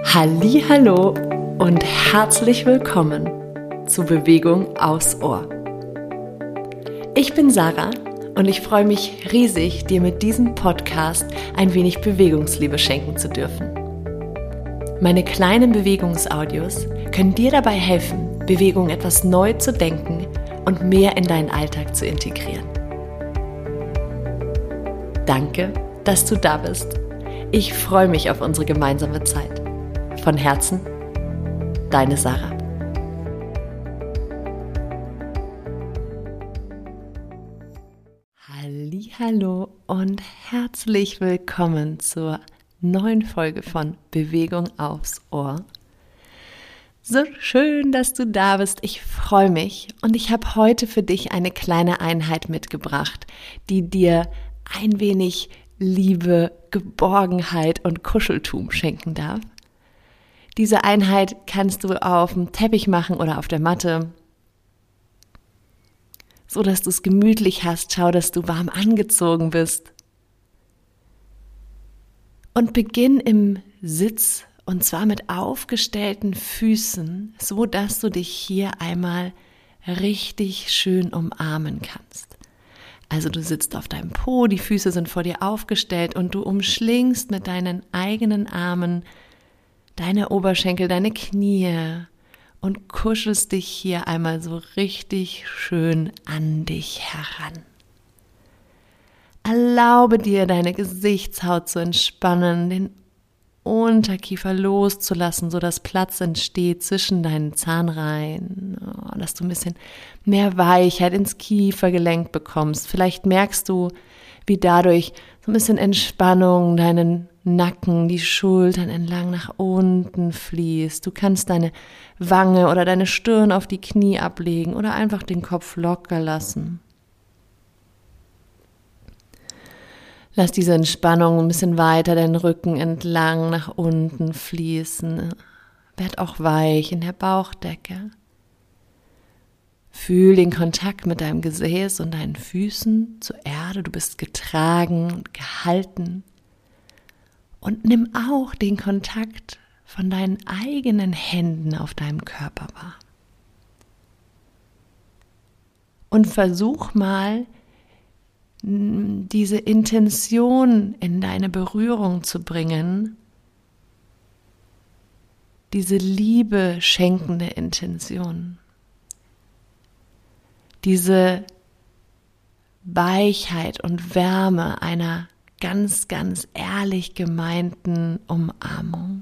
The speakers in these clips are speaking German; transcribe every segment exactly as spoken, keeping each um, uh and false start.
Hallihallo und herzlich willkommen zu Bewegung aufs Ohr. Ich bin Sarah und ich freue mich riesig, dir mit diesem Podcast ein wenig Bewegungsliebe schenken zu dürfen. Meine kleinen Bewegungsaudios können dir dabei helfen, Bewegung etwas neu zu denken und mehr in deinen Alltag zu integrieren. Danke, dass du da bist. Ich freue mich auf unsere gemeinsame Zeit. Von Herzen, deine Sarah. Hallihallo und herzlich willkommen zur neuen Folge von Bewegung aufs Ohr. So schön, dass du da bist. Ich freue mich und ich habe heute für dich eine kleine Einheit mitgebracht, die dir ein wenig Liebe, Geborgenheit und Kuscheltum schenken darf. Diese Einheit kannst du auf dem Teppich machen oder auf der Matte, so dass du es gemütlich hast. Schau, dass du warm angezogen bist. Und beginn im Sitz, und zwar mit aufgestellten Füßen, so dass du dich hier einmal richtig schön umarmen kannst. Also du sitzt auf deinem Po, die Füße sind vor dir aufgestellt und du umschlingst mit deinen eigenen Armen deine Oberschenkel, deine Knie und kuschelst dich hier einmal so richtig schön an dich heran. Erlaube dir, deine Gesichtshaut zu entspannen, den Unterkiefer loszulassen, sodass Platz entsteht zwischen deinen Zahnreihen, oh, dass du ein bisschen mehr Weichheit ins Kiefergelenk bekommst. Vielleicht merkst du, wie dadurch so ein bisschen Entspannung deinen Nacken, die Schultern entlang nach unten fließt. Du kannst deine Wange oder deine Stirn auf die Knie ablegen oder einfach den Kopf locker lassen. Lass diese Entspannung ein bisschen weiter den Rücken entlang nach unten fließen. Werd auch weich in der Bauchdecke. Fühl den Kontakt mit deinem Gesäß und deinen Füßen zur Erde. Du bist getragen und gehalten. Und nimm auch den Kontakt von deinen eigenen Händen auf deinem Körper wahr. Und versuch mal, diese Intention in deine Berührung zu bringen, diese Liebe schenkende Intention, diese Weichheit und Wärme einer ganz, ganz ehrlich gemeinten Umarmung.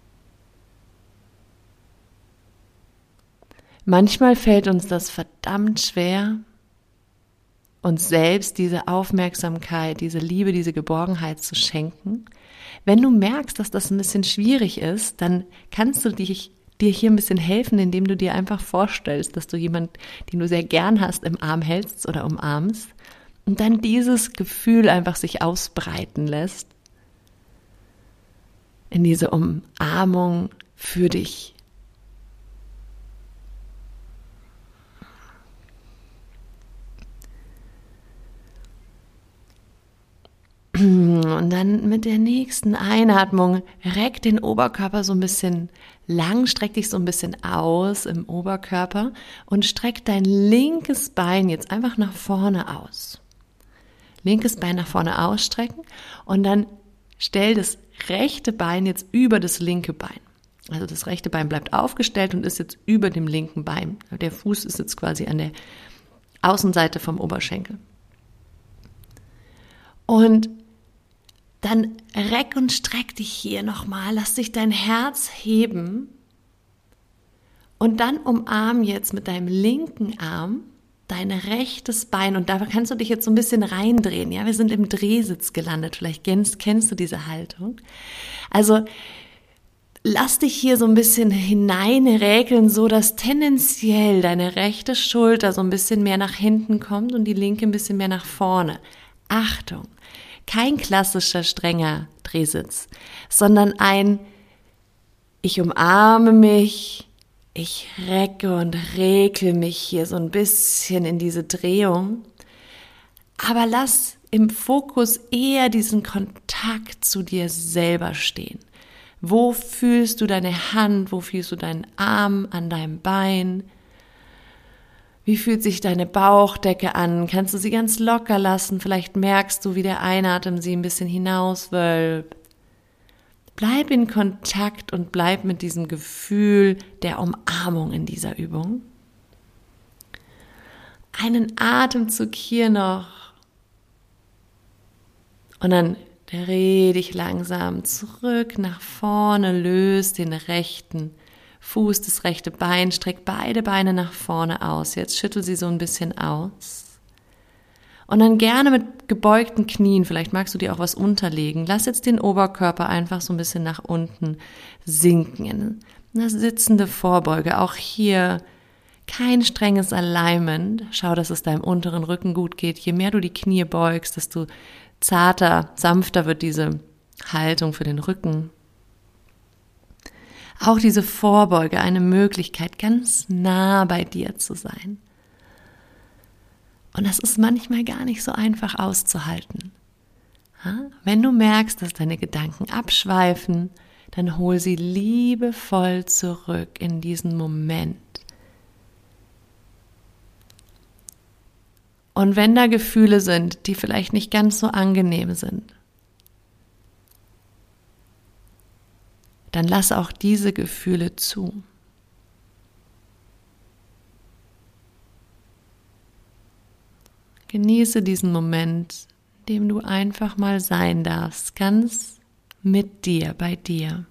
Manchmal fällt uns das verdammt schwer, uns selbst diese Aufmerksamkeit, diese Liebe, diese Geborgenheit zu schenken. Wenn du merkst, dass das ein bisschen schwierig ist, dann kannst du dich, dir hier ein bisschen helfen, indem du dir einfach vorstellst, dass du jemanden, den du sehr gern hast, im Arm hältst oder umarmst und dann dieses Gefühl einfach sich ausbreiten lässt in diese Umarmung für dich. Und dann mit der nächsten Einatmung reck den Oberkörper so ein bisschen lang, streck dich so ein bisschen aus im Oberkörper und streck dein linkes Bein jetzt einfach nach vorne aus. Linkes Bein nach vorne ausstrecken und dann stell das rechte Bein jetzt über das linke Bein. Also das rechte Bein bleibt aufgestellt und ist jetzt über dem linken Bein. Der Fuß ist jetzt quasi an der Außenseite vom Oberschenkel. Und dann reck und streck dich hier nochmal, lass dich dein Herz heben und dann umarm jetzt mit deinem linken Arm dein rechtes Bein und da kannst du dich jetzt so ein bisschen reindrehen. Ja, wir sind im Drehsitz gelandet, vielleicht kennst, kennst du diese Haltung. Also lass dich hier so ein bisschen hineinräkeln, so dass tendenziell deine rechte Schulter so ein bisschen mehr nach hinten kommt und die linke ein bisschen mehr nach vorne. Achtung! Kein klassischer, strenger Drehsitz, sondern ein ich umarme mich, ich recke und regle mich hier so ein bisschen in diese Drehung, aber lass im Fokus eher diesen Kontakt zu dir selber stehen. Wo fühlst du deine Hand? Wo fühlst du deinen Arm an deinem Bein? Wie fühlt sich deine Bauchdecke an? Kannst du sie ganz locker lassen? Vielleicht merkst du, wie der Einatmen sie ein bisschen hinauswölbt. Bleib in Kontakt und bleib mit diesem Gefühl der Umarmung in dieser Übung. Einen Atemzug hier noch. Und dann dreh dich langsam zurück nach vorne, löst den rechten Fuß, das rechte Bein, streck beide Beine nach vorne aus. Jetzt schüttel sie so ein bisschen aus. Und dann gerne mit gebeugten Knien, vielleicht magst du dir auch was unterlegen. Lass jetzt den Oberkörper einfach so ein bisschen nach unten sinken in eine sitzende Vorbeuge. Auch hier kein strenges Alignment. Schau, dass es deinem unteren Rücken gut geht. Je mehr du die Knie beugst, desto zarter, sanfter wird diese Haltung für den Rücken. Auch diese Vorbeuge, eine Möglichkeit, ganz nah bei dir zu sein. Und das ist manchmal gar nicht so einfach auszuhalten. Wenn du merkst, dass deine Gedanken abschweifen, dann hol sie liebevoll zurück in diesen Moment. Und wenn da Gefühle sind, die vielleicht nicht ganz so angenehm sind, dann lass auch diese Gefühle zu. Genieße diesen Moment, in dem du einfach mal sein darfst, ganz mit dir, bei dir.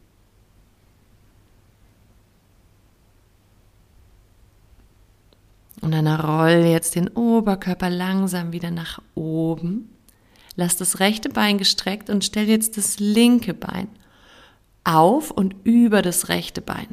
Und dann roll jetzt den Oberkörper langsam wieder nach oben. Lass das rechte Bein gestreckt und stell jetzt das linke Bein auf und über das rechte Bein.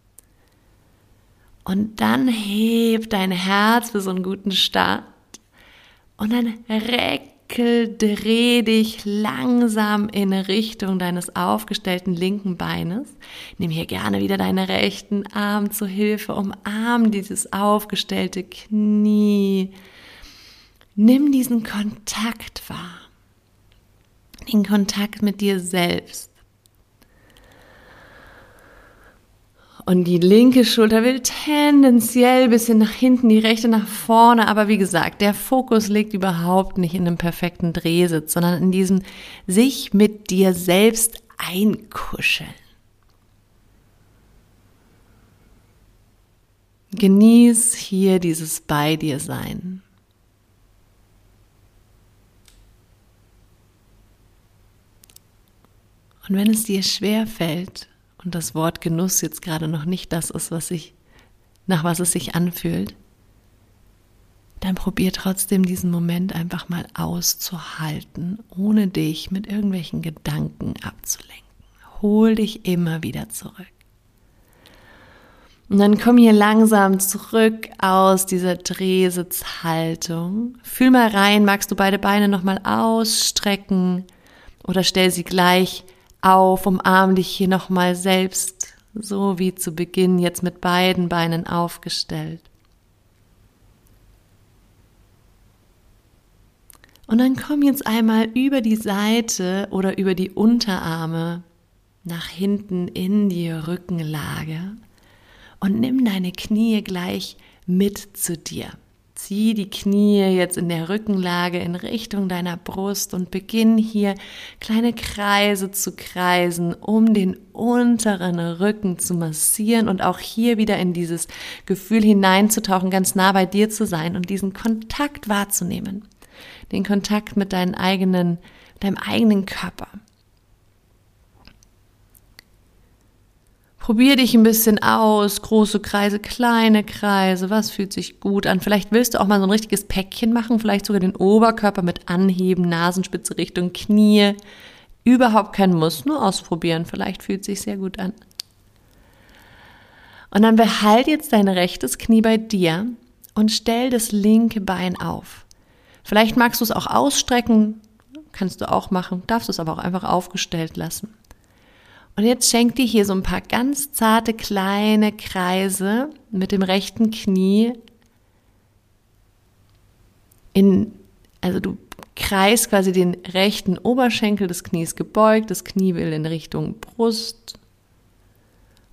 Und dann heb dein Herz für so einen guten Start. Und dann reckel, dreh dich langsam in Richtung deines aufgestellten linken Beines. Nimm hier gerne wieder deinen rechten Arm zur Hilfe, umarm dieses aufgestellte Knie. Nimm diesen Kontakt wahr, den Kontakt mit dir selbst. Und die linke Schulter will tendenziell ein bisschen nach hinten, die rechte nach vorne. Aber wie gesagt, der Fokus liegt überhaupt nicht in einem perfekten Drehsitz, sondern in diesem sich mit dir selbst einkuscheln. Genieß hier dieses bei dir sein. Und wenn es dir schwer fällt, und das Wort Genuss jetzt gerade noch nicht das ist, was sich, nach was es sich anfühlt, dann probier trotzdem diesen Moment einfach mal auszuhalten, ohne dich mit irgendwelchen Gedanken abzulenken. Hol dich immer wieder zurück. Und dann komm hier langsam zurück aus dieser Drehsitzhaltung. Fühl mal rein, magst du beide Beine nochmal ausstrecken oder stell sie gleich auf, umarm dich hier nochmal selbst, so wie zu Beginn, jetzt mit beiden Beinen aufgestellt. Und dann komm jetzt einmal über die Seite oder über die Unterarme nach hinten in die Rückenlage und nimm deine Knie gleich mit zu dir. Zieh die Knie jetzt in der Rückenlage in Richtung deiner Brust und beginn hier kleine Kreise zu kreisen, um den unteren Rücken zu massieren und auch hier wieder in dieses Gefühl hineinzutauchen, ganz nah bei dir zu sein und diesen Kontakt wahrzunehmen. Den Kontakt mit deinen eigenen, deinem eigenen Körper. Probier dich ein bisschen aus, große Kreise, kleine Kreise, was fühlt sich gut an? Vielleicht willst du auch mal so ein richtiges Päckchen machen, vielleicht sogar den Oberkörper mit anheben, Nasenspitze Richtung Knie. Überhaupt kein Muss, nur ausprobieren, vielleicht fühlt es sich sehr gut an. Und dann behalt jetzt dein rechtes Knie bei dir und stell das linke Bein auf. Vielleicht magst du es auch ausstrecken, kannst du auch machen, darfst es aber auch einfach aufgestellt lassen. Und jetzt schenk dir hier so ein paar ganz zarte kleine Kreise mit dem rechten Knie. In, also du kreist quasi den rechten Oberschenkel des Knies gebeugt, das Knie will in Richtung Brust,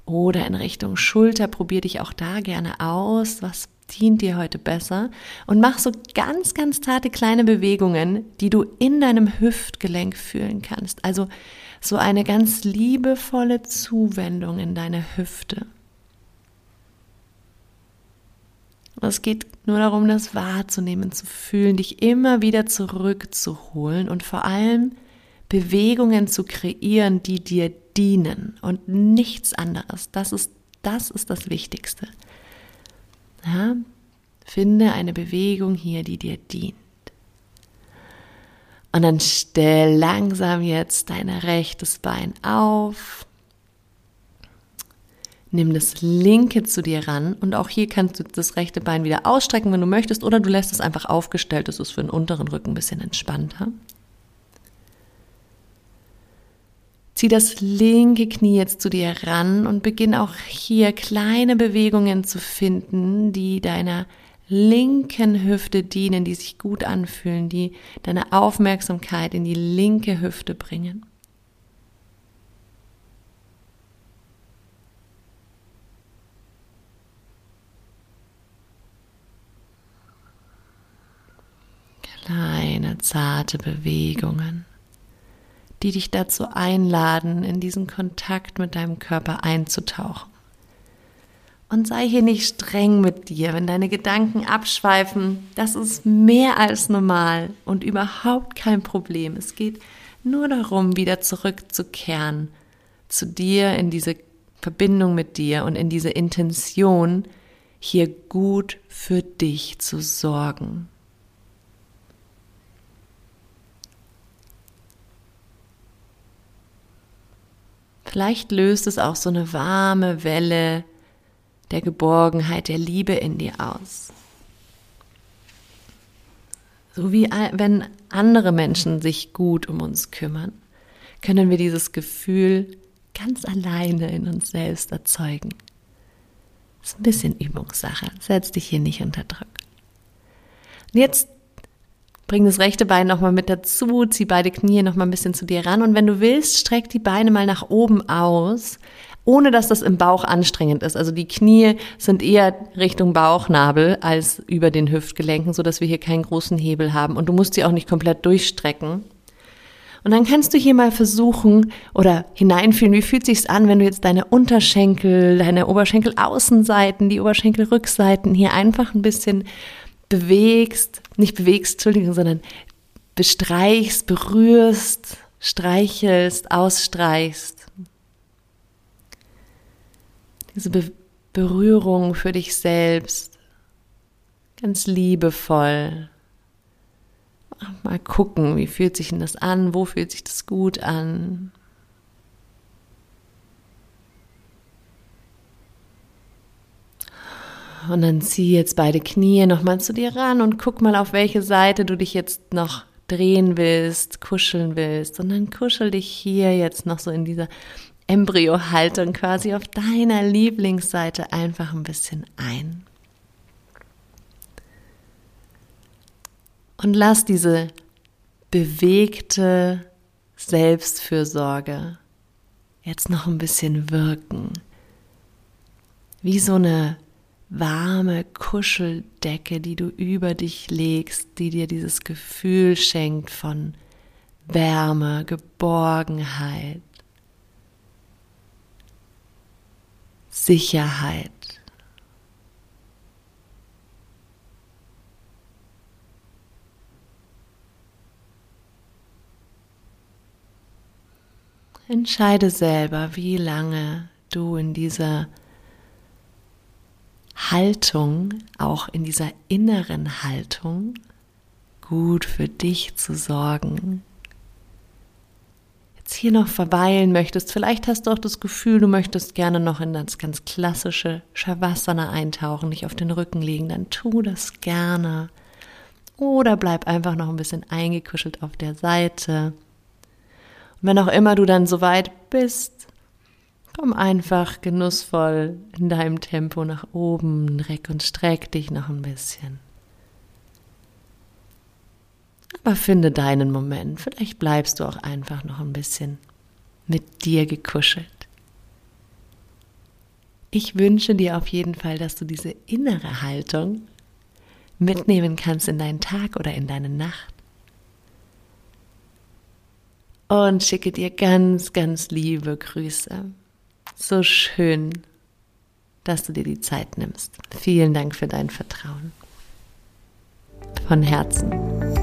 oder in Richtung Schulter. Probier dich auch da gerne aus. Was dient dir heute besser? Und mach so ganz, ganz zarte kleine Bewegungen, die du in deinem Hüftgelenk fühlen kannst. Also so eine ganz liebevolle Zuwendung in deine Hüfte. Es geht nur darum, das wahrzunehmen, zu fühlen, dich immer wieder zurückzuholen und vor allem Bewegungen zu kreieren, die dir dienen und nichts anderes. Das ist, das ist das Wichtigste. Ja, finde eine Bewegung hier, die dir dient. Und dann stell langsam jetzt dein rechtes Bein auf. Nimm das linke zu dir ran und auch hier kannst du das rechte Bein wieder ausstrecken, wenn du möchtest, oder du lässt es einfach aufgestellt, das ist für den unteren Rücken ein bisschen entspannter. Zieh das linke Knie jetzt zu dir ran und beginn auch hier kleine Bewegungen zu finden, die deiner linken Hüfte dienen, die sich gut anfühlen, die deine Aufmerksamkeit in die linke Hüfte bringen. Kleine, zarte Bewegungen, die dich dazu einladen, in diesen Kontakt mit deinem Körper einzutauchen. Und sei hier nicht streng mit dir, wenn deine Gedanken abschweifen. Das ist mehr als normal und überhaupt kein Problem. Es geht nur darum, wieder zurückzukehren zu dir, in diese Verbindung mit dir und in diese Intention, hier gut für dich zu sorgen. Vielleicht löst es auch so eine warme Welle der Geborgenheit, der Liebe in dir aus. So wie wenn andere Menschen sich gut um uns kümmern, können wir dieses Gefühl ganz alleine in uns selbst erzeugen. Das ist ein bisschen Übungssache. Setz dich hier nicht unter Druck. Und jetzt bring das rechte Bein nochmal mit dazu, zieh beide Knie nochmal ein bisschen zu dir ran und wenn du willst, streck die Beine mal nach oben aus, ohne dass das im Bauch anstrengend ist. Also die Knie sind eher Richtung Bauchnabel als über den Hüftgelenken, sodass wir hier keinen großen Hebel haben und du musst sie auch nicht komplett durchstrecken. Und dann kannst du hier mal versuchen oder hineinfühlen, wie fühlt sich's an, wenn du jetzt deine Unterschenkel, deine Oberschenkelaußenseiten, die Oberschenkelrückseiten hier einfach ein bisschen bewegst, nicht bewegst, Entschuldigung, sondern bestreichst, berührst, streichelst, ausstreichst. Diese Be- Berührung für dich selbst, ganz liebevoll. Mal gucken, wie fühlt sich denn das an, wo fühlt sich das gut an. Und dann zieh jetzt beide Knie nochmal zu dir ran und guck mal, auf welche Seite du dich jetzt noch drehen willst, kuscheln willst. Und dann kuschel dich hier jetzt noch so in dieser Embryo-Haltung quasi auf deiner Lieblingsseite einfach ein bisschen ein. Und lass diese bewegte Selbstfürsorge jetzt noch ein bisschen wirken. Wie so eine warme Kuscheldecke, die du über dich legst, die dir dieses Gefühl schenkt von Wärme, Geborgenheit, Sicherheit. Entscheide selber, wie lange du in dieser Haltung, auch in dieser inneren Haltung, gut für dich zu sorgen, jetzt hier noch verweilen möchtest. Vielleicht hast du auch das Gefühl, du möchtest gerne noch in das ganz klassische Shavasana eintauchen, dich auf den Rücken legen, dann tu das gerne. Oder bleib einfach noch ein bisschen eingekuschelt auf der Seite. Und wenn auch immer du dann soweit bist, komm einfach genussvoll in deinem Tempo nach oben, reck und streck dich noch ein bisschen. Aber finde deinen Moment. Vielleicht bleibst du auch einfach noch ein bisschen mit dir gekuschelt. Ich wünsche dir auf jeden Fall, dass du diese innere Haltung mitnehmen kannst in deinen Tag oder in deine Nacht. Und schicke dir ganz, ganz liebe Grüße. So schön, dass du dir die Zeit nimmst. Vielen Dank für dein Vertrauen. Von Herzen.